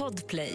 Podplay.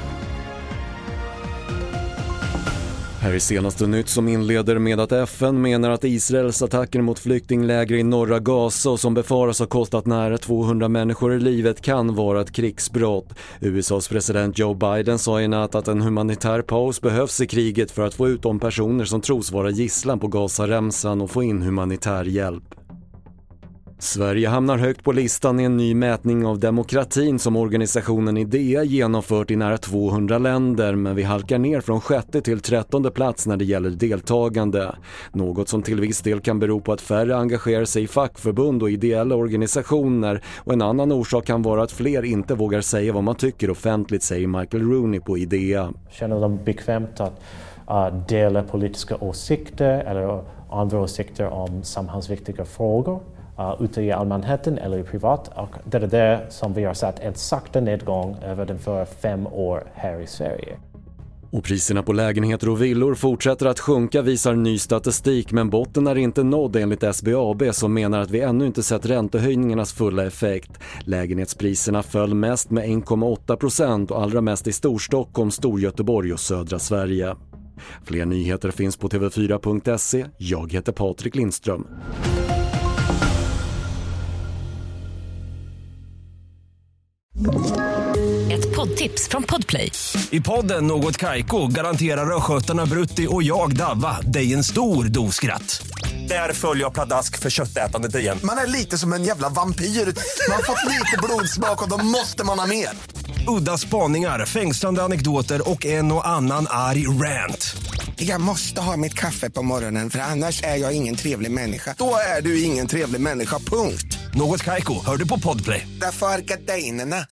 Här är senaste nytt som inleder med att FN menar att Israels attacker mot flyktingläger i norra Gaza och som befaras ha kostat nära 200 människor i livet kan vara ett krigsbrott. USAs president Joe Biden sa i natt att en humanitär paus behövs i kriget för att få ut de personer som tros vara gisslan på Gazaremsan och få in humanitär hjälp. Sverige hamnar högt på listan i en ny mätning av demokratin som organisationen IDEA genomfört i nära 200 länder, men vi halkar ner från 6:e till 13:e plats när det gäller deltagande. Något som till viss del kan bero på att färre engagerar sig i fackförbund och ideella organisationer, och en annan orsak kan vara att fler inte vågar säga vad man tycker offentligt, säger Michael Rooney på IDEA. Känner de bekvämt att dela politiska åsikter eller andra åsikter om samhällsviktiga frågor? Ute i allmänheten eller i privat, och det är det som vi har sett en sakta nedgång över den för 5 år här i Sverige. Och priserna på lägenheter och villor fortsätter att sjunka, visar ny statistik, men botten är inte nådd enligt SBAB som menar att vi ännu inte sett räntehöjningarnas fulla effekt. Lägenhetspriserna föll mest med 1,8% och allra mest i Storstockholm, Storgöteborg och södra Sverige. Fler nyheter finns på tv4.se. Jag heter Patrik Lindström. Ett poddtips från Podplay. I podden Något Kaiko garanterar röskötarna Brutti och jag Davva dig en stor doskratt. Där följer jag pladask för köttätandet igen. Man är lite som en jävla vampyr. Man har fått lite blodsmak och då måste man ha mer. Udda spaningar, fängslande anekdoter och en och annan arg rant. Jag måste ha mitt kaffe på morgonen för annars är jag ingen trevlig människa. Då är du ingen trevlig människa, punkt. Något Kaiko, hör du på Podplay. Därför är gardinerna.